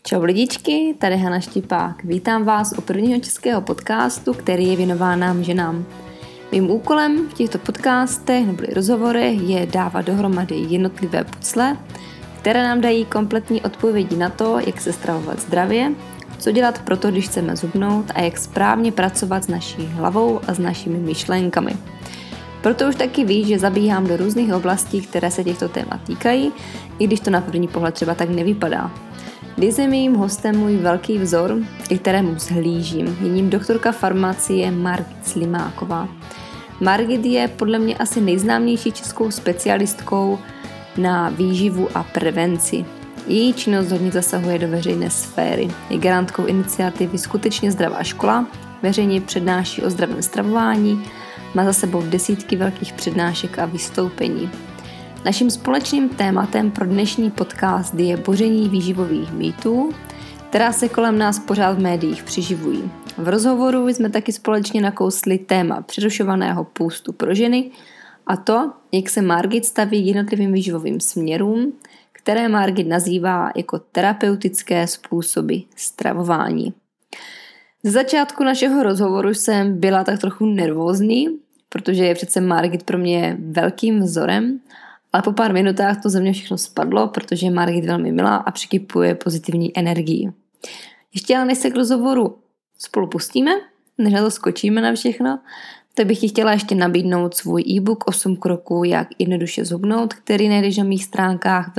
Čau lidičky, tady Hana Štipák. Vítám vás u prvního českého podcastu, který je věnován nám ženám. Mým úkolem v těchto podcastech nebo rozhovorech je dávat dohromady jednotlivé pucle, které nám dají kompletní odpovědi na to, jak se stravovat zdravě, co dělat pro to, když chceme zhubnout a jak správně pracovat s naší hlavou a s našimi myšlenkami. Proto už taky víš, že zabíhám do různých oblastí, které se těchto témat týkají, i když to na první pohled třeba tak nevypadá. Dnes je mým hostem můj velký vzor, ke kterému vzhlížím. Je ním doktorka farmacie Margit Slimáková. Margit je podle mě asi nejznámější českou specialistkou na výživu a prevenci. Její činnost hodně zasahuje do veřejné sféry. Je garantkou iniciativy Skutečně zdravá škola, veřejně přednáší o zdravém stravování, má za sebou desítky velkých přednášek a vystoupení. Naším společným tématem pro dnešní podcast je boření výživových mýtů, která se kolem nás pořád v médiích přiživují. V rozhovoru jsme taky společně nakousli téma přerušovaného půstu pro ženy a to, jak se Margit staví k jednotlivým výživovým směrům, které Margit nazývá jako terapeutické způsoby stravování. Z začátku našeho rozhovoru jsem byla tak trochu nervózní, protože je přece Margit pro mě velkým vzorem, ale po pár minutách to ze mě všechno spadlo, protože je Margit velmi milá a přikypuje pozitivní energii. Ještě ale než se k rozhovoru spolu pustíme, než na to skočíme na všechno, tak bych ti chtěla ještě nabídnout svůj e-book 8 kroků, jak jednoduše zhubnout, který najdeš na mých stránkách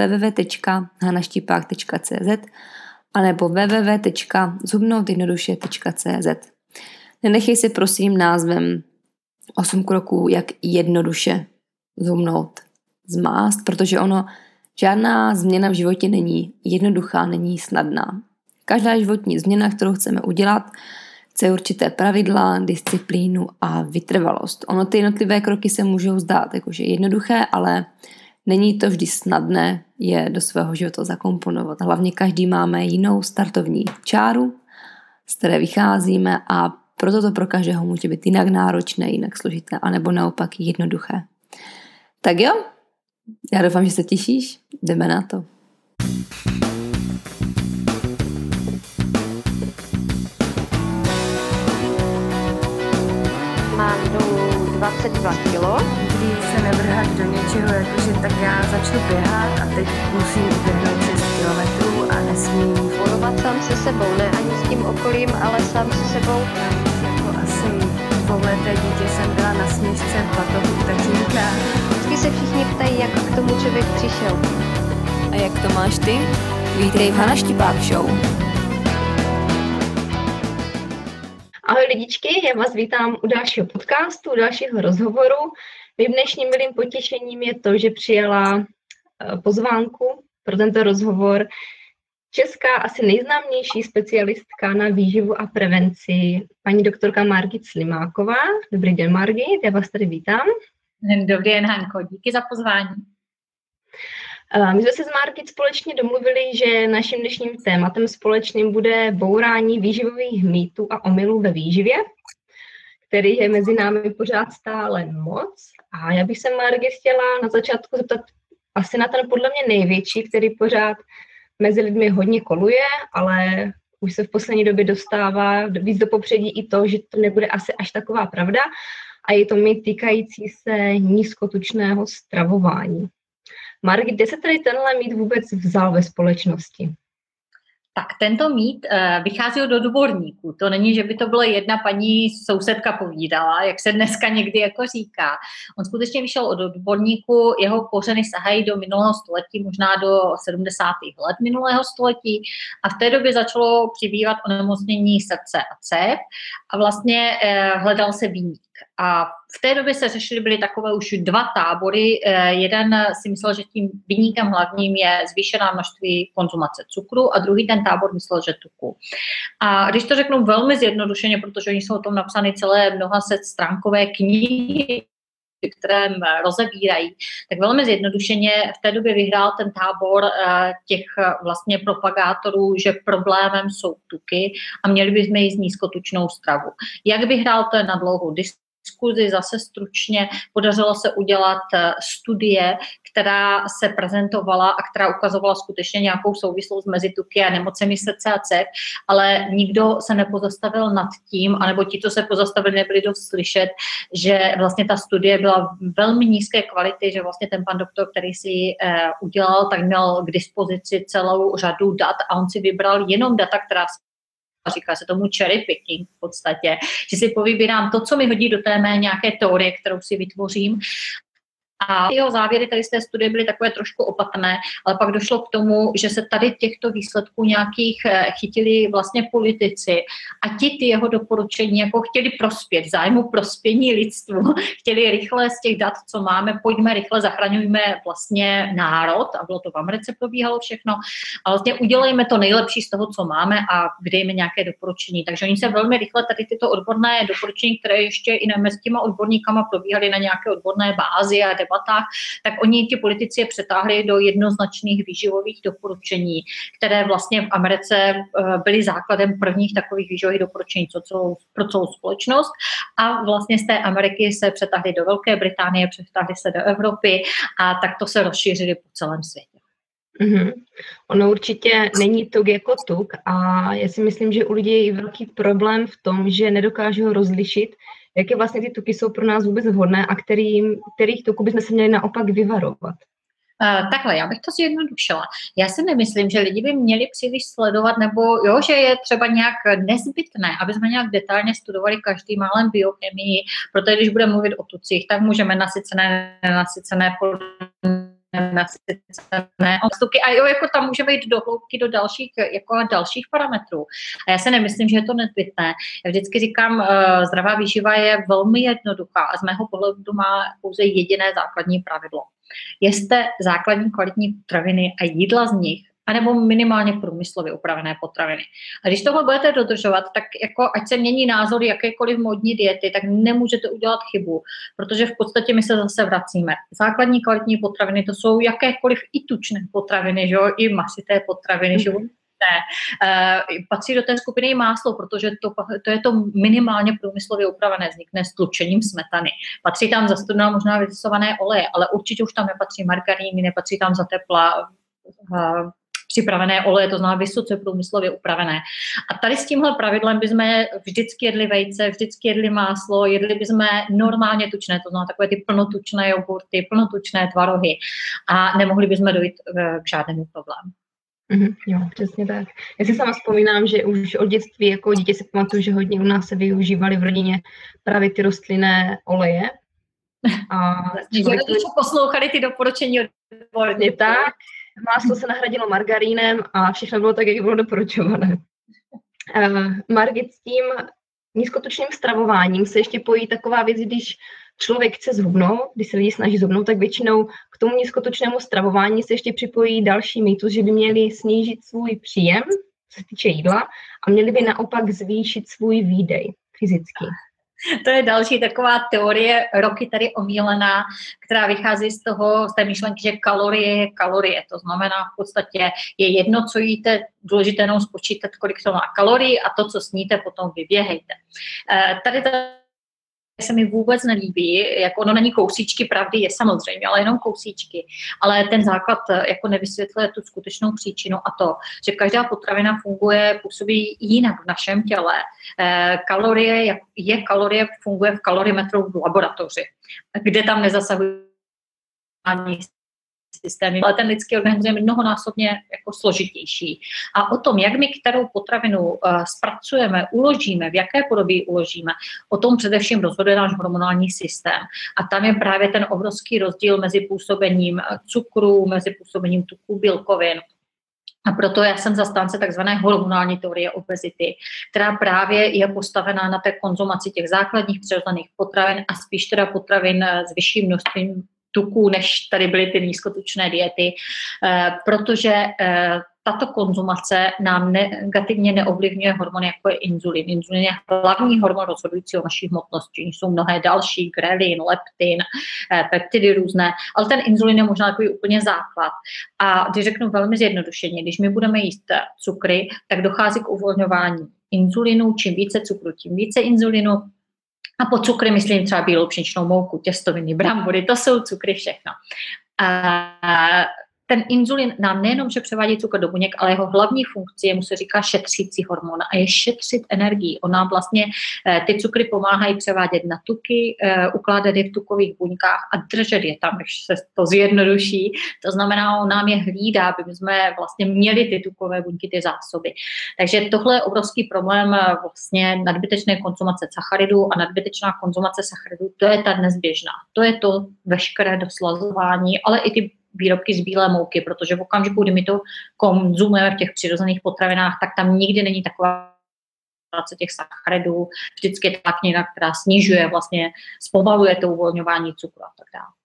www.hanaštipák.cz anebo www.zhubnoutjednoduše.cz. Nenechej se prosím názvem 8 kroků, jak jednoduše zhubnout zmást, protože žádná změna v životě není jednoduchá, není snadná. Každá životní změna, kterou chceme udělat, chce určité pravidla, disciplínu a vytrvalost. Ty jednotlivé kroky se můžou zdát jakože jednoduché, ale není to vždy snadné je do svého života zakomponovat. Hlavně každý máme jinou startovní čáru, z které vycházíme a proto to pro každého může být jinak náročné, jinak složité, anebo naopak jednoduché. Tak jo, já doufám, že se těšíš. Jdeme na to. Mám dolů 22 kilo. Když se nevrhat do něčeho, jakože tak já začnu běhat a teď musím uběhnout 6 kilometrů a nesmím Bojovat sám se sebou, ne ani s tím okolím, ale sám se sebou. Jako asi dvouleté dítě jsem byla na směšce v batohu tatínka. Vždycky se všichni ptají, jak k tomu člověk přišel. A jak to máš ty? Vítej v Hana Štipák Show. Ahoj lidičky, já vás vítám u dalšího podcastu, u dalšího rozhovoru. Mým dnešním milým potěšením je to, že přijala pozvánku pro tento rozhovor česká asi nejznámější specialistka na výživu a prevenci, paní doktorka Margit Slimáková. Dobrý den, Margit, já vás tady vítám. Dobrý den, Hanko, díky za pozvání. My jsme se s Margit společně domluvili, že naším dnešním tématem společným bude bourání výživových mýtů a omylů ve výživě, který je mezi námi pořád stále moc. A já bych se Margit chtěla na začátku zeptat asi na ten podle mě největší, který pořád mezi lidmi hodně koluje, ale už se v poslední době dostává víc do popředí i to, že to nebude asi až taková pravda. A je to mýt týkající se nízkotučného stravování. Margit, kde se tady tenhle mýt vůbec vzal ve společnosti? Tak tento mýt vychází od odborníků. To není, že by to byla jedna paní sousedka povídala, jak se dneska někdy jako říká. On skutečně vyšel od odborníků, jeho kořeny sahají do minulého století, možná do 70. let minulého století a v té době začalo přibývat onemocnění srdce a cév a vlastně hledal se viník. A v té době se řešily, byly takové už dva tábory. Jeden si myslel, že tím viníkem hlavním je zvýšená množství konzumace cukru a druhý ten tábor myslel, že tuku. A když to řeknu velmi zjednodušeně, protože oni jsou o tom napsány celé mnoha set stránkové knihy, které rozebírají, tak velmi zjednodušeně v té době vyhrál ten tábor těch vlastně propagátorů, že problémem jsou tuky a měli bychom jíst nízkotučnou stravu. Jak vyhrál, to je na dlouhou diskusi. diskuzi zase stručně. Podařilo se udělat studie, která se prezentovala a která ukazovala skutečně nějakou souvislost mezi tuky a nemocemi srdce a cév, ale nikdo se nepozastavil nad tím, anebo ti, co se pozastavili, nebyli dost slyšet, že vlastně ta studie byla velmi nízké kvality, že vlastně ten pan doktor, který si udělal, tak měl k dispozici celou řadu dat a on si vybral jenom data, která říká se tomu cherry picking v podstatě, že si povybírám to, co mi hodí do té mé nějaké teorie, kterou si vytvořím. A jeho závěry tady z té studie byly takové trošku opatrné, ale pak došlo k tomu, že se tady těchto výsledků nějakých chytili vlastně politici a ti ty jeho doporučení jako chtěli prospět, zájmu prospění lidstvu, chtěli rychle z těch dat, co máme, pojďme rychle, zachraňujme vlastně národ, a bylo to v Americe, probíhalo všechno, a vlastně udělejme to nejlepší z toho, co máme a dejme nějaké doporučení. Takže oni se velmi rychle tady tyto odborné doporučení, které ještě i mezi těma odborníkama probíhaly na nějaké odborné bázi a debatách, tak oni, ti politici, je přetáhli do jednoznačných výživových doporučení, které vlastně v Americe byly základem prvních takových výživových doporučení pro celou společnost a vlastně z té Ameriky se přetáhli do Velké Británie, přetáhli se do Evropy a takto se rozšířili po celém světě. Mm-hmm. Ono určitě není tuk jako tuk a já si myslím, že u lidí je i velký problém v tom, že nedokážou rozlišit, jaké vlastně ty tuky jsou pro nás vůbec vhodné a kterých tuků bychom se měli naopak vyvarovat. Takhle, já bych to zjednodušila. Já si nemyslím, že lidi by měli příliš sledovat, nebo jo, že je třeba nějak nezbytné, aby jsme nějak detailně studovali každý málem biochemii, protože když budeme mluvit o tucích, tak můžeme nasycené, nenasycené, nasycené tuky a jo, jako tam můžeme jít do hloubky do dalších parametrů. A já si nemyslím, že je to nezbytné. Já vždycky říkám, zdravá výživa je velmi jednoduchá a z mého pohledu má pouze jediné základní pravidlo. Jeste základní kvalitní potraviny a jídla z nich, anebo minimálně průmyslově upravené potraviny. A když tohle budete dodržovat, tak jako ať se mění názor jakékoliv módní diety, tak nemůžete udělat chybu, protože v podstatě my se zase vracíme. Základní kvalitní potraviny, to jsou jakékoliv i tučné potraviny, že jo? I masité potraviny, že jo? Patří do té skupiny máslo, protože to je to minimálně průmyslově upravené, vznikne s tlučením smetany. Patří tam zastudené, možná vytisované oleje, ale určitě už tam nepatří margaríny, nepatří tam za tepla připravené oleje, to znamená vysoce průmyslově upravené. A tady s tímhle pravidlem bychom vždycky jedli vejce, vždycky jedli máslo, jedli bychom normálně tučné, to znamená takové ty plnotučné jogurty, plnotučné tvarohy a nemohli bychom dojít k žádnému problému. Jo, přesně tak. Já si sama vzpomínám, že už od dětství jako dítě si pamatuju, že hodně u nás se využívaly v rodině právě ty rostlinné oleje. A rodiče poslouchali ty doporučení odborně. Tak, máslo se nahradilo margarínem a všechno bylo tak, jak bylo doporučované. Margit, s tím nízkotučným stravováním se ještě pojí taková věc, když člověk chce zhubnout, když se lidi snaží zhubnout, tak většinou k tomu nízkotučnému stravování se ještě připojí další mýtus, že by měli snížit svůj příjem, co se týče jídla, a měli by naopak zvýšit svůj výdej fyzicky. To je další taková teorie, roky tady omílená, která vychází z té myšlenky, že kalorie je kalorie. To znamená v podstatě je jedno, co jíte, důležité jenom spočítat, kolik to má kalorií a to, co sníte, potom vyběhejte. Tady se mi vůbec nelíbí, jako ono není kousíčky pravdy, je samozřejmě, ale jenom kousíčky. Ale ten základ jako nevysvětluje tu skutečnou příčinu a to, že každá potravina působí jinak v našem těle. Kalorie funguje v kalorimetru v laboratoři, kde tam nezasahují ani systémy, ale ten lidský organismus je mnohonásobně jako složitější. A o tom, jak my kterou potravinu zpracujeme, uložíme, v jaké podobě ji uložíme, o tom především rozhoduje náš hormonální systém. A tam je právě ten obrovský rozdíl mezi působením cukru, mezi působením tuků, bílkovin. A proto já jsem zastánce takzvané hormonální teorie obezity, která právě je postavená na té konzumaci těch základních přirozených potravin a spíš teda potravin s vyšším množstvím tuků, než tady byly ty nízkotučné diety, protože tato konzumace nám negativně neovlivňuje hormony, jako je inzulin. Inzulin je hlavní hormon rozhodující o naší hmotnosti. Jsou mnohé další, grelin, leptin, peptidy různé, ale ten inzulin je možná takový úplně základ. A když řeknu velmi zjednodušeně, když my budeme jíst cukry, tak dochází k uvolňování inzulinu. Čím více cukru, tím více inzulinu. A po cukry myslím třeba bílou pšeničnou mouku, těstoviny, brambory, to jsou cukry všechno. A ten inzulin nám nejenom, že převádí cukr do buněk, ale jeho hlavní funkcí je, mu se říká šetřící hormon a je šetřit energii. On nám vlastně ty cukry pomáhají převádět na tuky, ukládat je v tukových buňkách a držet je tam, když se to zjednoduší. To znamená, on nám je hlídá, aby jsme vlastně měli ty tukové buňky, ty zásoby. Takže tohle je obrovský problém vlastně nadbytečné konzumace sacharidů a nadbytečná konzumace sacharidů, to je ta dnes běžná. To je to veškeré doslazování, ale i ty výrobky z bílé mouky, protože v okamžiku, kdy my to konzumujeme v těch přirozených potravinách, tak tam nikdy není taková těch sacharidů, vždycky je tlaknina, která snižuje, vlastně zpomaluje to uvolňování cukru a tak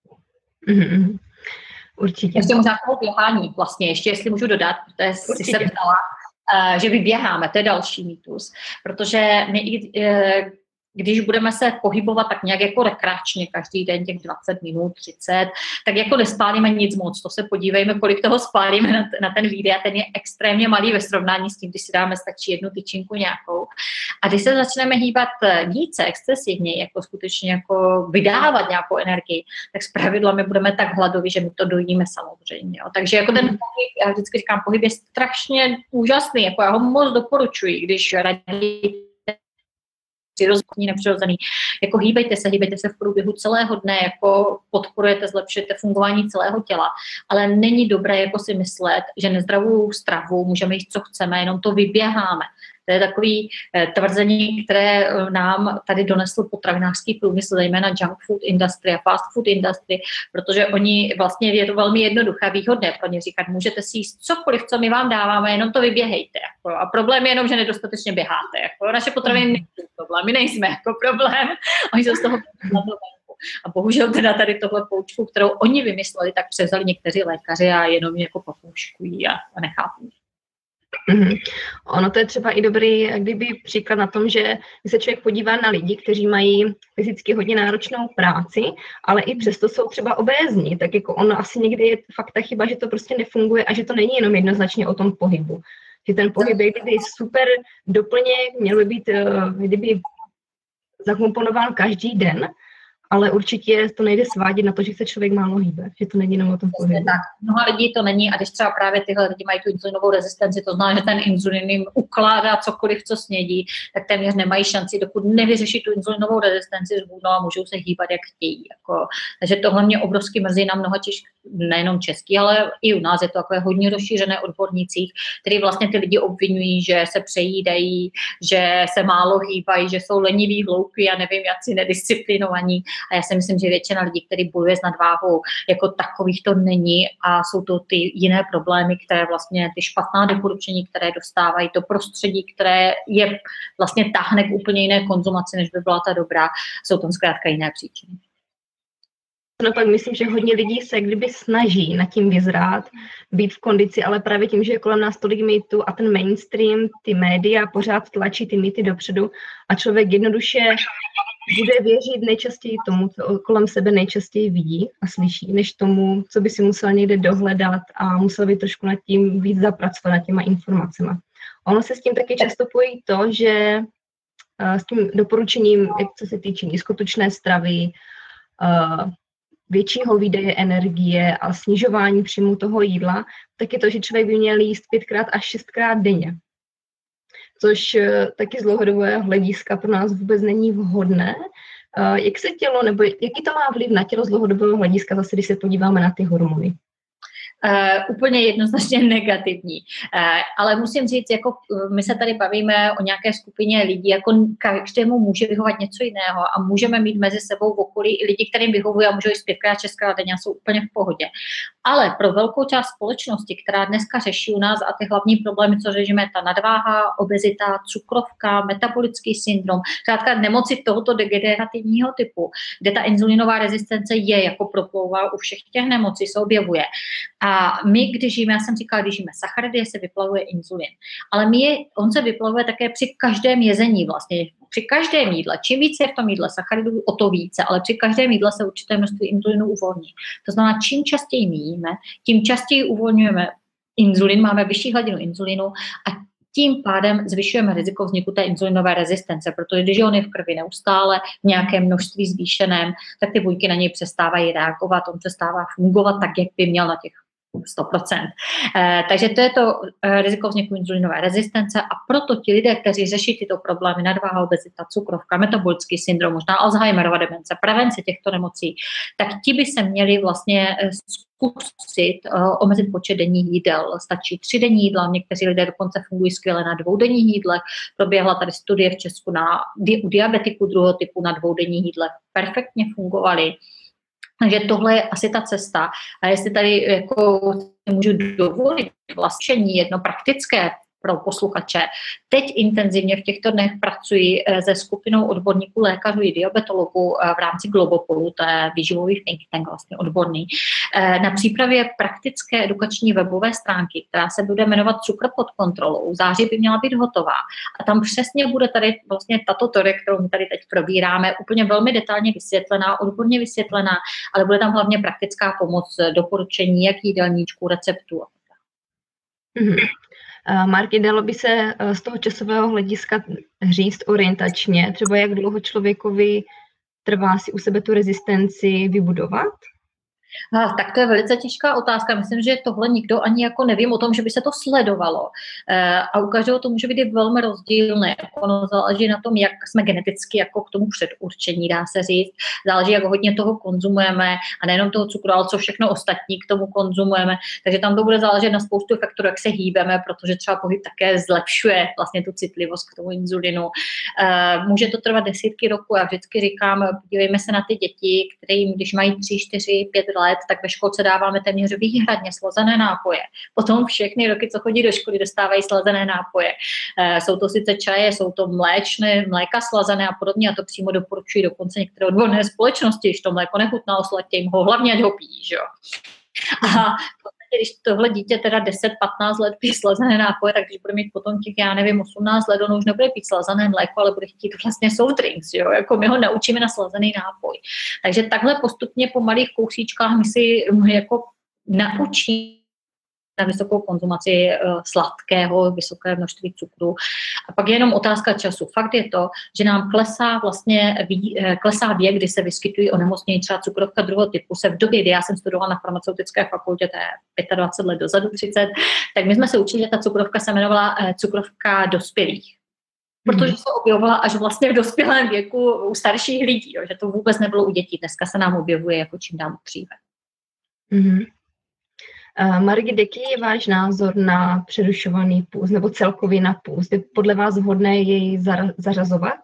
dále. Určitě. Ještě možná toho běhání vlastně, ještě jestli můžu dodat, protože si se ptala, že vyběháme, to je další mýtus, protože my když budeme se pohybovat tak nějak jako rekreačně každý den, těch 20 minut, 30, tak jako nespálíme nic moc. To se podívejme, kolik toho spálíme na ten výdej a ten je extrémně malý ve srovnání s tím, když si dáme stačí jednu tyčinku nějakou. A když se začneme hýbat více, excesivně, jako skutečně jako vydávat nějakou energii, tak zpravidla my budeme tak hladoví, že my to dojíme samozřejmě. Jo. Takže jako ten pohyb, já vždycky říkám, pohyb je strašně úžasný, jako já ho moc doporučuji, když radí přirozený, nepřirozený. Jako hýbejte se v průběhu celého dne, jako podporujete, zlepšujete fungování celého těla, ale není dobré jako si myslet, že nezdravou stravu můžeme jíst, co chceme, jenom to vyběháme. To je takový tvrzení, které nám tady donesl potravinářský průmysl, zejména junk food industry a fast food industry, protože oni vlastně je to velmi jednoduché, výhodné pro ně říkat, můžete si jíst cokoliv, co my vám dáváme, jenom to vyběhejte. Jako. A problém je jenom, že nedostatečně běháte. Jako. Naše potraviny nejsou problém, my nejsme jako problém, oni jsou z toho a bohužel teda tady tohle poučku, kterou oni vymysleli, tak převzali někteří lékaři a jenom jako papouškují a nechápou. Ono to je třeba i dobrý kdyby příklad na tom, že když se člověk podívá na lidi, kteří mají fyzicky hodně náročnou práci, ale i přesto jsou třeba obézní, tak jako ono asi někdy je fakt ta chyba, že to prostě nefunguje a že to není jenom jednoznačně o tom pohybu. Že ten pohyb je kdyby super doplněk, měl by být kdyby zakomponován každý den, ale určitě to nejde svádět na to, že se člověk málo hýbe, že to není jenom o tom pohybu. Tak, mnoha lidí to není a když třeba právě tyhle lidi mají tu inzulinovou rezistenci, to znamená, že ten inzulin jim ukládá cokoliv, co snědí, tak téměř nemají šanci, dokud nevyřeší tu inzulinovou rezistenci zbudnou a můžou se hýbat, jak chtějí. Jako. Takže tohle mě obrovsky mrzí na mnoha nejenom český, ale i u nás je to takové hodně rozšířené odbornících, kteří vlastně ty lidi obvinují, že se přejídají, že se málo hýbají, že jsou leniví, hloupí a nevím, jací nedisciplinovaní. A já si myslím, že většina lidí, kteří bojuje s nadváhou, jako takových to není a jsou to ty jiné problémy, které vlastně ty špatná doporučení, které dostávají, to prostředí, které je vlastně táhne k úplně jiné konzumaci, než by byla ta dobrá, jsou tam zkrátka jiné příčiny. No pak myslím, že hodně lidí se kdyby snaží nad tím vyzrát, být v kondici, ale právě tím, že je kolem nás tolik mýtů a ten mainstream, ty média pořád tlačí ty mýty dopředu a člověk jednoduše bude věřit nejčastěji tomu, co kolem sebe nejčastěji vidí a slyší, než tomu, co by si musel někde dohledat a musel by trošku nad tím víc zapracovat, nad těma informacemi. Ono se s tím taky často pojí to, že s tím doporučením, co se týče nízkotučné stravy, většího výdeje energie a snižování příjmu toho jídla, tak je to, že člověk by měl jíst 5x až 6x denně. Což taky z dlouhodobého hlediska pro nás vůbec není vhodné. Jak se tělo, nebo jaký to má vliv na tělo z dlouhodobého hlediska, zase když se podíváme na ty hormony? Úplně jednoznačně negativní. Ale musím říct, jako my se tady bavíme o nějaké skupině lidí, jako každému může vyhovat něco jiného a můžeme mít mezi sebou v okolí i lidi, kterým vyhovuje a můžou jít 5x, 6x denně a jsou úplně v pohodě. Ale pro velkou část společnosti, která dneska řeší u nás a ty hlavní problémy, co řešíme, ta nadváha, obezita, cukrovka, metabolický syndrom, zkrátka nemoci tohoto degenerativního typu, kde ta inzulinová rezistence je jako proplouvá u všech těch nemocí, se objevuje. A my, když žijeme, já jsem říkala, když žijeme sacharidy, se vyplavuje inzulin. Ale on se vyplavuje také při každém jezení vlastně. Při každém jídle. Čím více je v tom jídle sacharidů, o to více, ale při každém jídle se určité množství inzulinu uvolní. To znamená, čím častěji my jíme, tím častěji uvolňujeme inzulin, máme vyšší hladinu inzulinu a tím pádem zvyšujeme riziko vzniku té inzulinové rezistence, protože když on je v krvi neustále v nějakém množství zvýšeném, tak ty buňky na něj přestávají reagovat, on přestává fungovat tak, jak by měl na těch 100%. Takže to je to riziko vzniku inzulinové rezistence a proto ti lidé, kteří řeší tyto problémy, nadváha, obezita, cukrovka, metabolický syndrom, možná Alzheimerova demence, prevence těchto nemocí, tak ti by se měli vlastně zkusit omezit počet denních jídel. Stačí 3 denní jídla, někteří lidé dokonce fungují skvěle na 2denních jídlech. Proběhla tady studie v Česku u diabetiků druhého typu na 2denních jídlech. Perfektně fungovaly. Takže tohle je asi ta cesta. A jestli tady jako můžu dovolit vlastně jedno praktické pro posluchače. Teď intenzivně v těchto dnech pracuji se skupinou odborníků, lékařů i diabetologů v rámci Globopolu, to je výživový think tank vlastně odborný, na přípravě praktické edukační webové stránky, která se bude jmenovat Cukr pod kontrolou. V září by měla být hotová. A tam přesně bude tady vlastně tato teorie, kterou my tady teď probíráme, úplně velmi detailně vysvětlená, odborně vysvětlená, ale bude tam hlavně praktická pomoc, doporučení, jak jídelníčků, receptů. Marky, dalo by se z toho časového hlediska říct orientačně, třeba jak dlouho člověkovi trvá si u sebe tu rezistenci vybudovat? Tak to je velice těžká otázka. Myslím, že tohle nikdo ani jako nevím o tom, že by se to sledovalo. A u každého to může být velmi rozdílné. Ono záleží na tom, jak jsme geneticky jako k tomu předurčení, dá se říct. Záleží, jak hodně toho konzumujeme a nejenom toho cukru, ale co všechno ostatní k tomu konzumujeme. Takže tam to bude záležet na spoustu faktorů, jak se hýbeme, protože třeba pohyb také zlepšuje vlastně tu citlivost k tomu inzulinu. Může to trvat desítky roků. Já vždycky říkám, podívejme se na ty děti, kterým, když mají 3, 4, 5 let, tak ve školce dáváme téměř výhradně slazené nápoje. Potom všechny roky, co chodí do školy, dostávají slazené nápoje. Jsou to sice čaje, jsou to mléka slazené a podobně, a to přímo doporučují dokonce některé odborné společnosti, když to mléko nechutná, oslatě jim ho hlavně, ať ho pijí, že jo. A když tohle dítě teda 10-15 let pije slazené nápoje, tak když bude mít potom těch, já nevím, 18 let, ono už nebude pít slazené mléko, ale bude chtít vlastně soft drinks, jo? Jako my ho naučíme na slazený nápoj. Takže takhle postupně po malých kousíčkách my si jako naučíme na vysokou konzumaci sladkého, vysoké množství cukru. A pak je jenom otázka času. Fakt je to, že nám klesá věk, kdy se vyskytují onemocnění, třeba cukrovka druhého typu, se v době, kdy já jsem studovala na farmaceutické fakultě, to je 25 let dozadu, 30, tak my jsme se učili, že ta cukrovka se jmenovala cukrovka dospělých. Protože se objevovala až vlastně v dospělém věku u starších lidí, jo, že to vůbec nebylo u dětí. Dneska se nám objevuje jako čím dál dříve. Margit, jaký je váš názor na přerušovaný půst nebo celkově na půst? Je podle vás vhodné jej zařazovat?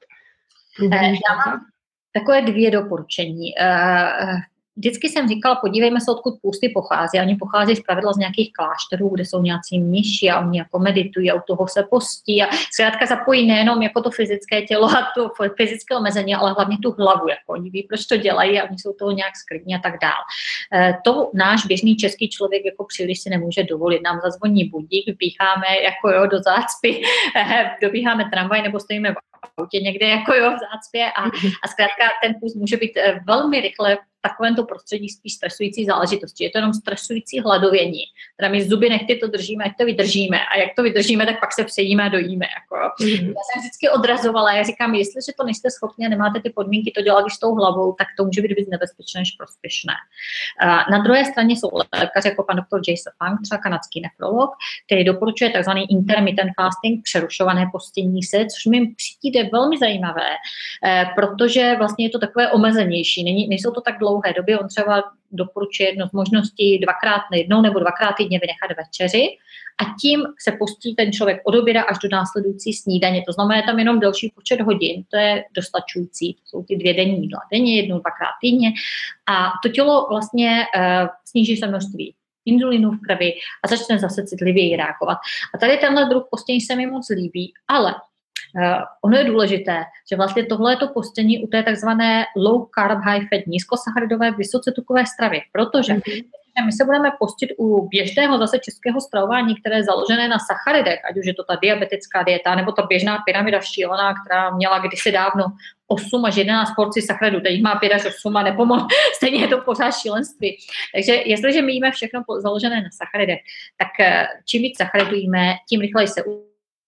Já mám takové 2 doporučení. Vždycky jsem říkala, podívejme se, odkud půsty pochází. Oni pochází zpravidla z nějakých klášterů, kde jsou nějací mniši a oni jako meditují a u toho se postí a zkrátka zapojí nejenom jako to fyzické tělo a to fyzické omezení, ale hlavně tu hlavu. Jako oni ví, proč to dělají a oni jsou toho nějak sklidní a tak dál. To náš běžný český člověk jako příliš si nemůže dovolit. Nám zazvoní budík, vypícháme jako do zácpy, dobíháme tramvaj nebo stojíme v autě někde jako v zácpě a zkrátka ten půst může být velmi rychle takovémto prostředí spíš stresující záležitosti. Je to jenom stresující hladovění. Teda my zuby nechty to držíme, ať to vydržíme. A jak to vydržíme, tak pak se přejíme a dojíme. Jako. Já jsem vždycky odrazovala. Já říkám, jestliže to nejste schopni a nemáte ty podmínky to dělat s tou hlavou, tak to může být víc nebezpečné než prospěšné. Na druhé straně jsou lékaři jako pan doktor Jason Fung, třeba kanadský nefrolog, který doporučuje tzv. Intermittent fasting, přerušované postění se, což mi přijde velmi zajímavé, protože vlastně je to takové omezenější. Nejsou to tak dlouhé doby, on třeba doporučuje jedno z možností jednou nebo dvakrát týdně vynechat večeři a tím se postí ten člověk od oběda až do následující snídaně. To znamená, tam jenom delší počet hodin, to je dostačující, to jsou ty 2 denní jídla denně, 1-2krát týdně a to tělo vlastně sníží se množství inzulinu v krvi a začne zase citlivěji reagovat. A tady tenhle druh postění se mi moc líbí, ale ono je důležité, že vlastně tohle je to postění u té takzvané low carb, high fat, nízkosacharidové, vysoce tukové stravy, protože my se budeme postit u běžného zase českého stravování, které je založené na sacharidech, ať už je to ta diabetická dieta, nebo ta běžná pyramida šílená, která měla kdysi dávno 8 až 11 porcí sacharidů, teď má 5 až 8 a nepomohl, stejně je to pořád šílenství. Takže jestliže my jíme všechno založené na sacharidech, tak čím víc sacharidů jíme, tím rychleji se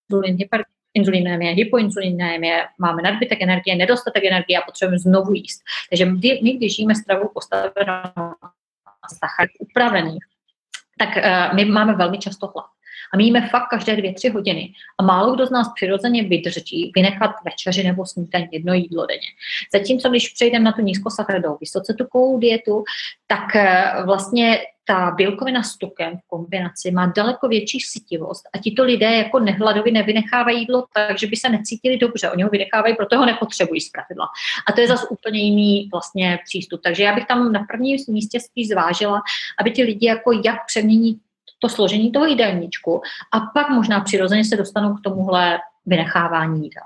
inzulinémie, hypoinzulinémie, máme nadbytek energie, nedostatek energie a potřebujeme znovu jíst. Takže my když žijeme stravou postavenou na sacharid upravený, tak my máme velmi často hlad. A my jíme fakt každé 2-3 hodiny. A málo kdo z nás přirozeně vydrží vynechat večeři nebo snídaň jedno jídlo denně. Zatímco když přejdeme na tu nízkosacharidovou, vysoce tukovou dietu, tak vlastně ta bílkovina s tukem v kombinaci má daleko větší sytivost a tito lidé jako nehladovi nevynechávají jídlo tak, že by se necítili dobře. Oni ho vynechávají, proto ho nepotřebují zpravidla. A to je zase úplně jiný vlastně přístup. Takže já bych tam na prvním místě spíš zvážila, aby ti lidi jako jak přemění to složení toho jídelníčku a pak možná přirozeně se dostanou k tomuhle vynechávání jídla.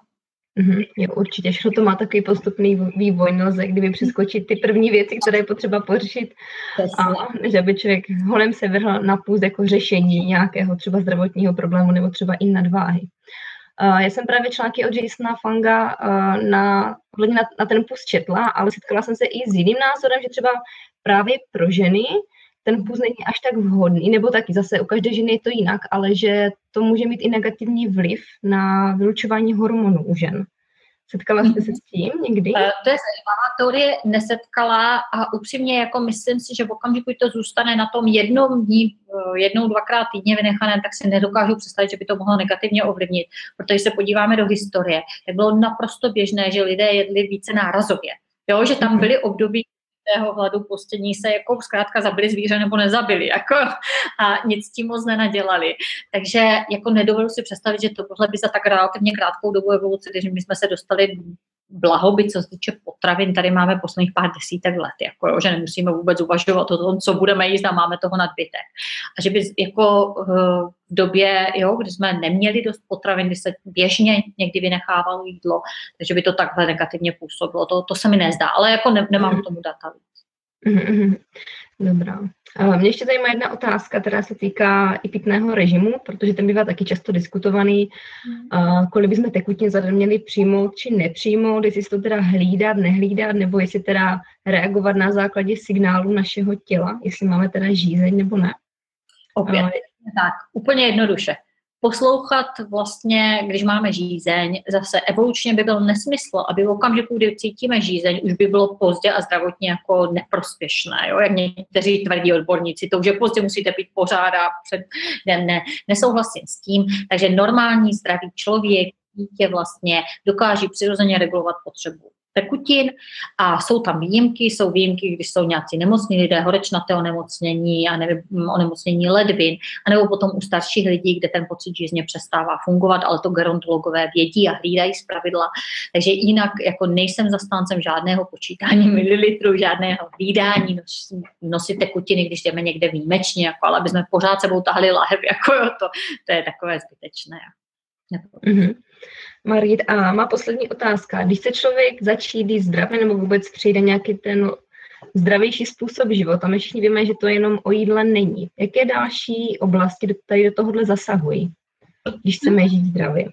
Jo, určitě, všechno to má takový postupný vývoj, nelze kdyby přeskočit ty první věci, které je potřeba pořešit, a než aby člověk holem se vrhl na půst jako řešení nějakého třeba zdravotního problému nebo třeba i nadváhy. Já jsem právě články od Jasona Fanga na ten půst četla, ale setkala jsem se i s jiným názorem, že třeba právě pro ženy ten půst není až tak vhodný, nebo taky zase u každé ženy je to jinak, ale že to může mít i negativní vliv na vylučování hormonů u žen. Setkala jste se s tím někdy? To je zajímavá teorie, nesetkala a upřímně jako myslím si, že v okamžiku, kdy to zůstane na tom jednou, dvakrát týdně vynechané, tak si nedokážu představit, že by to mohlo negativně ovlivnit. Protože se podíváme do historie, tak bylo naprosto běžné, že lidé jedli více nárazově. Jo, že tam byly období tého hladu postění se jako zkrátka zabili zvíře nebo nezabili jako, a nic tím moc nenadělali. Takže jako nedovedu si představit, že tohle by za tak relativně krátkou dobu evoluce, když my jsme se dostali blahobyt, co se týče potravin, tady máme posledních pár desítek let, jako, jo, že nemusíme vůbec uvažovat o tom, co budeme jíst a máme toho nadbytek. A že by jako v době, jo, kdy jsme neměli dost potravin, kdy se běžně někdy vynechávalo jídlo, takže by to takhle negativně působilo. To se mi nezdá, ale jako nemám k tomu data. Dobrá. Mě ještě zajímá jedna otázka, která se týká i pitného režimu, protože ten bývá taky často diskutovaný, kolik bychom tekutin za den měli přijmout či nepřijmout, jestli to teda hlídat, nehlídat, nebo jestli teda reagovat na základě signálu našeho těla, jestli máme teda žízeň nebo ne. Opět, tak, úplně jednoduše. Poslouchat vlastně, když máme žízeň, zase evolučně by byl nesmysl, aby v okamžiku, kdy cítíme žízeň, už by bylo pozdě a zdravotně jako neprospěšné. Jo? Jak někteří tvrdí odborníci, to už je pozdě, musíte pít pořád a nesouhlasím s tím. Takže normální zdravý člověk, dítě vlastně dokáže přirozeně regulovat potřebu tekutin a jsou tam výjimky, když jsou nějací nemocní lidé, horečnaté onemocnění a nevím, onemocnění ledvin, anebo potom u starších lidí, kde ten pocit žízně přestává fungovat, ale to gerontologové vědí a hlídají zpravidla. Takže jinak jako nejsem zastáncem žádného počítání mililitrů, žádného hlídání, nosit tekutiny, když jdeme někde výjimečně, jako, ale aby jsme pořád sebou tahli lahev, jako to je takové zbytečné. Margit, a má poslední otázka. Když chce člověk začít jíst zdravě nebo vůbec přijde nějaký ten zdravější způsob života, my všichni víme, že to jenom o jídle není. Jaké další oblasti tady do tohohle zasahují, když chceme žít zdravě?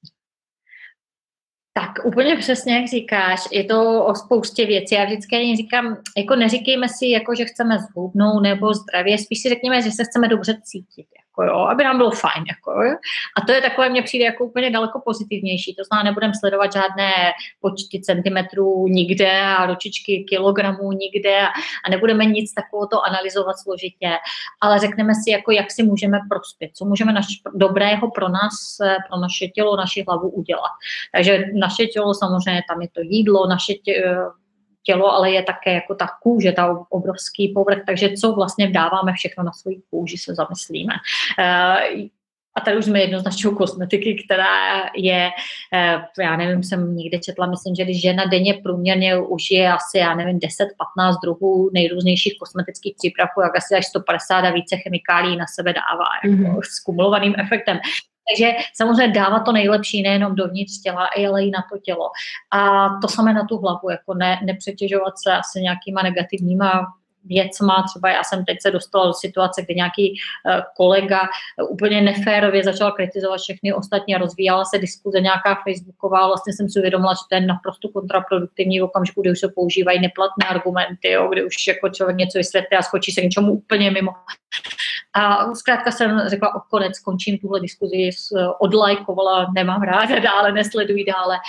Tak úplně přesně, jak říkáš, je to o spoustě věcí. Já vždycky říkám, jako neříkejme si, jako, že chceme zhubnout nebo zdravě, spíš si řekněme, že se chceme dobře cítit, jako, jo, aby nám bylo fajn. Jako, jo. A to je takové, mně přijde jako úplně daleko pozitivnější. To znamená, nebudeme sledovat žádné počty centimetrů nikde a ručičky kilogramů nikde a nebudeme nic takového analyzovat složitě, ale řekneme si, jako, jak si můžeme prospět, co můžeme dobrého pro nás, pro naše tělo, naši hlavu udělat. Takže naše tělo, samozřejmě tam je to jídlo, naše tělo, ale je také jako ta kůže, ta obrovský povrch, takže co vlastně dáváme všechno na svoji kůži, se zamyslíme. A tady už jsme jednoznačnou kosmetiky, která je, já nevím, jsem někde četla, myslím, že když žena denně průměrně užije asi, já nevím, 10-15 druhů nejrůznějších kosmetických přípravků, jak asi až 150 a více chemikálií na sebe dává, jako s kumulovaným efektem. Takže samozřejmě dávat to nejlepší nejenom dovnitř těla, ale i na to tělo. A to samé na tu hlavu, jako nepřetěžovat se asi nějakýma negativníma věcma. Třeba já jsem teď se dostala do situace, kde nějaký kolega úplně neférově začal kritizovat všechny ostatní a rozvíjala se diskuze nějaká facebooková. Vlastně jsem si uvědomila, že to je naprosto kontraproduktivní v okamžiku, kdy už se používají neplatné argumenty, jo, kdy už jako člověk něco vysvětlí a skočí se k něčemu úplně mimo. A zkrátka jsem řekla, konec, končím tuhle diskuzi, odlajkovala, nemám ráda dále, nesleduji dále.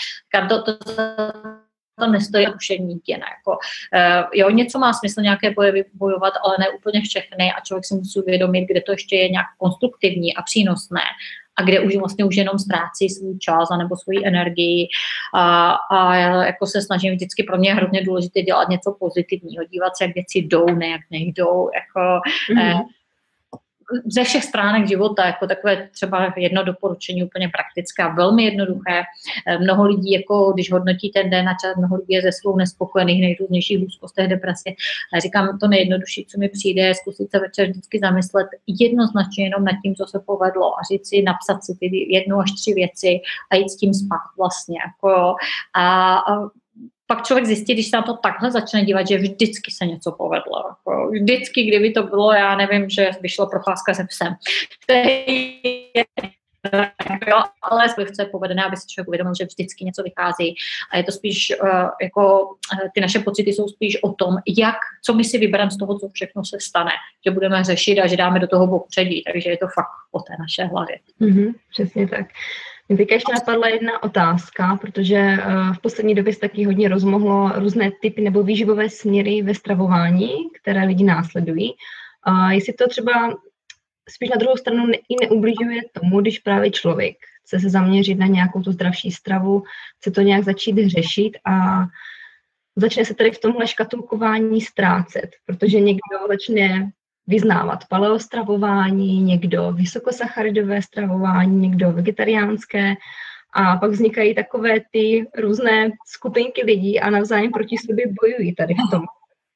To nestojí rušení jen jako, jo, něco má smysl nějaké boje bojovat, ale ne úplně všechny a člověk si musí uvědomit, kde to ještě je nějak konstruktivní a přínosné a kde už vlastně už jenom ztrácí svůj čas nebo svoji energii a já jako se snažím vždycky, pro mě je hrozně důležité dělat něco pozitivního, dívat se, jak věci jdou, ne jak nejdou, jako ze všech stránek života, jako takové třeba jedno doporučení úplně praktické, velmi jednoduché. Mnoho lidí, jako když hodnotí ten den a čas, mnoho lidí je ze svou nespokojených, nejrůznějších úzkostech, depresi. A říkám, to nejjednodušší, co mi přijde, je zkusit se večer vždycky zamyslet jednoznačně jenom nad tím, co se povedlo a říct si, napsat si ty 1 až 3 věci a jít s tím spát vlastně. Jako, a pak člověk zjistí, když se na to takhle začne dívat, že vždycky se něco povedlo. Jako vždycky, kdyby to bylo, já nevím, že vyšlo procházka se psem. Ale je povedené, aby si člověk uvědomil, že vždycky něco vychází. A je to spíš, jako ty naše pocity jsou spíš o tom, co my si vybereme z toho, co všechno se stane. Že budeme řešit a že dáme do toho popředí. Takže je to fakt o té naše hlavě. Přesně tak. Mě teď ještě napadla jedna otázka, protože v poslední době se taky hodně rozmohlo různé typy nebo výživové směry ve stravování, které lidi následují. Jestli to třeba spíš na druhou stranu i neubližuje tomu, když právě člověk chce se zaměřit na nějakou tu zdravší stravu, chce to nějak začít řešit a začne se tady v tomhle škatulkování ztrácet, protože někdo začne vyznávat paleostravování, někdo vysokosacharidové stravování, někdo vegetariánské a pak vznikají takové ty různé skupinky lidí a navzájem proti sobě bojují tady v tom.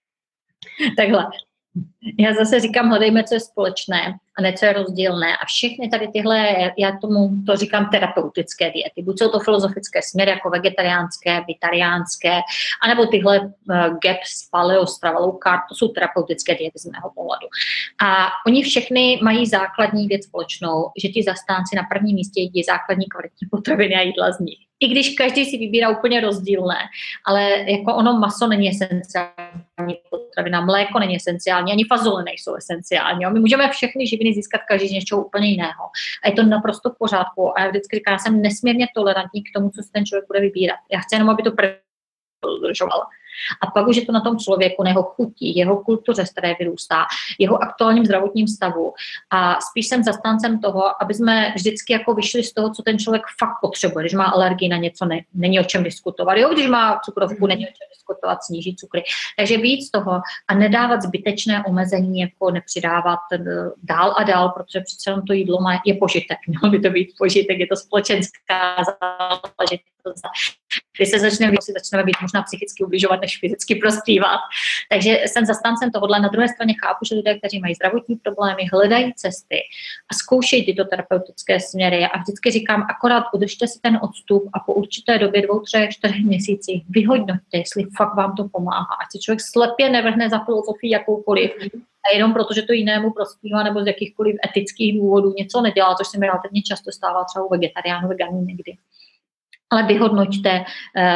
Takhle. Já zase říkám, hledejme, co je společné a ne, co je rozdílné. A všechny tady tyhle, já tomu to říkám terapeutické diety. Buď jsou to filozofické směry, jako vegetariánské, vitariánské, anebo tyhle GAPS, paleo, strava, low carb, to jsou terapeutické diety z mého pohledu. A oni všechny mají základní věc společnou, že ti zastánci na prvním místě jedí základní kvalitní potraviny a jídla z nich. I když každý si vybírá úplně rozdílné, ale jako ono maso není esenciální potravina, mléko není esenciální, ani fazole nejsou esenciální. My můžeme všechny živiny získat každý z něčeho úplně jiného. A je to naprosto v pořádku. A já vždycky říkám, já jsem nesmírně tolerantní k tomu, co si ten člověk bude vybírat. Já chci jenom, aby to dodržoval. A pak už je to na tom člověku, na jeho chutí, jeho kultuře, z které vyrůstá, jeho aktuálním zdravotním stavu. A spíš jsem zastáncem toho, aby jsme vždycky jako vyšli z toho, co ten člověk fakt potřebuje. Když má alergii na něco, není o čem diskutovat. Jo, když má cukrovku, není o čem diskutovat, snížit cukry. Takže víc z toho a nedávat zbytečné omezení, jako nepřidávat dál a dál, protože přece jenom to jídlo je požitek. Mělo by to být požitek, je to společenská záležitost. Když se začneme být možná psychicky ubližovat, než fyzicky prospívat. Takže jsem zastáncem tohohle. Na druhé straně chápu, že lidé, kteří mají zdravotní problémy, hledají cesty a zkoušejí tyto terapeutické směry. A vždycky říkám, akorát udržte si ten odstup a po určité době 2, 3, 4 měsících vyhodnoťte, jestli fakt vám to pomáhá. Ať se člověk slepě nevrhne za filozofii jakoukoliv. A jenom proto, že to jinému prospívá nebo z jakýchkoliv etických důvodů něco nedělá, což se mi relativně často stává třeba u vegetariánů, veganů někdy. Ale vyhodnoťte,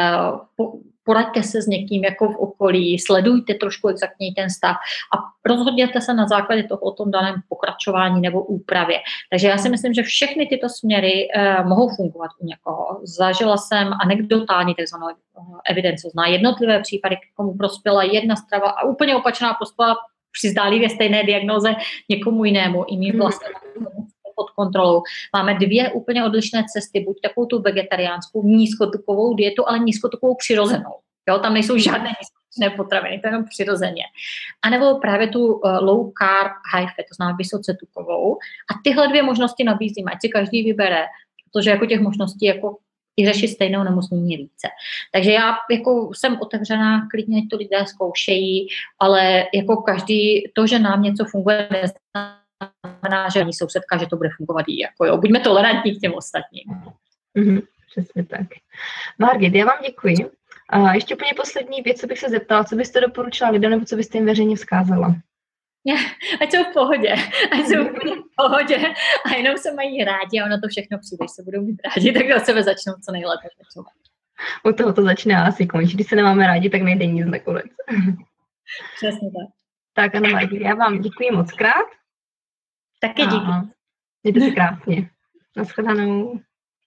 poraďte se s někým jako v okolí, sledujte trošku exaktně ten stav a rozhodněte se na základě toho o tom daném pokračování nebo úpravě. Takže já si myslím, že všechny tyto směry mohou fungovat u někoho. Zažila jsem anekdotální takzvanou evidence, zná jednotlivé případy, komu prospěla jedna strava a úplně opačná prospěla při zdálivě stejné diagnóze někomu jinému. I my vlastně pod kontrolou. Máme 2 úplně odlišné cesty, buď takovou tu vegetariánskou nízkotukovou dietu, ale nízkotukovou přirozenou. Jo, tam nejsou žádné nízkotučné potraviny, to je jenom přirozeně. A nebo právě tu low carb, high fat, to znamená vysoce tukovou. A tyhle 2 možnosti nabízíme, ať si každý vybere, protože jako těch možností jako i řešit stejnou nemocnění je více. Takže já jako jsem otevřená, klidně to lidé zkoušejí, ale jako každý, to, že nám něco funguje, znamená, že ani sousedka, že to bude fungovat jí. Jako jo. Buďme tolerantní k těm ostatním. Přesně tak. Margit, já vám děkuji. A ještě úplně poslední věc, co bych se zeptala, co byste doporučila lidem, nebo co byste jim veřejně vzkázala? Ať jsou v pohodě. Ať jsou v pohodě a jenom se mají rádi a ono to všechno přijde, když se budou mít rádi, tak do sebe začnou co nejlépe. U toho to začne a asi končí. Když se nemáme rádi, tak nejde nic nakonec. Přesně tak. Tak ano, Margit, já vám děkuji moc krát. Taky díky. Mějte se krásně. Naschledanou.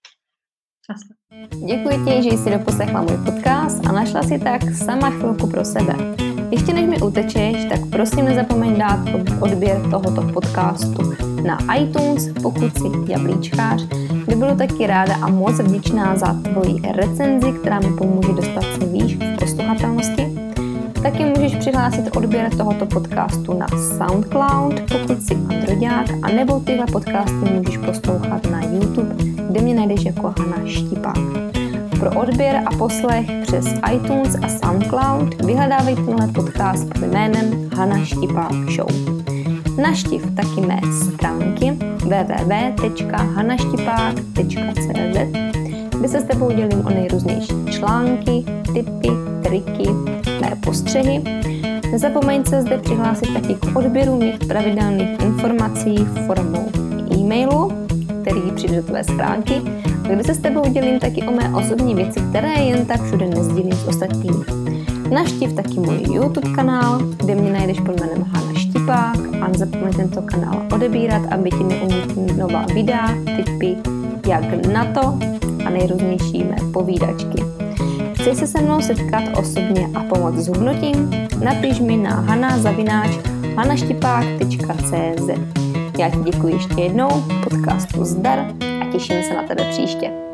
Děkuji ti, že jsi doposlechla můj podcast a našla si tak sama chvilku pro sebe. Ještě než mi utečeš, tak prosím nezapomeň dát odběr tohoto podcastu na iTunes, pokud jsi jablíčkář, by bylo taky ráda a moc vděčná za tvoji recenzi, která mi pomůže dostat se výš v posluchatelnosti. Taky můžeš přihlásit odběr tohoto podcastu na SoundCloud, pokud jsi androďák, anebo tyhle podcasty můžeš poslouchat na YouTube, kde mě najdeš jako Hana Štipák. Pro odběr a poslech přes iTunes a SoundCloud vyhledávej tenhle podcast pod jménem Hana Štipák Show. Navštiv taky mé stránky www.hanaštipák.cz, kde se s tebou dělím o nejrůznější články, tipy, triky, mé postřehy. Nezapomeň se zde přihlásit taky k odběru mých pravidelných informací formou e-mailu, který přijde do tvé schránky, kde se s tebou dělím taky o mé osobní věci, které jen tak všude nesdílím s ostatními. Navštiv taky můj YouTube kanál, kde mě najdeš pod jménem Hana Štipák a nezapomeň tento kanál odebírat, aby ti neunikly nová videa, tipy, jak na to a nejrůznější mé povídačky. Chceš se se mnou setkat osobně a pomoct s hodnotím? Napiš mi na hana@hanaštipák.cz. Já ti děkuji ještě jednou, podcastu zdar a těším se na tebe příště.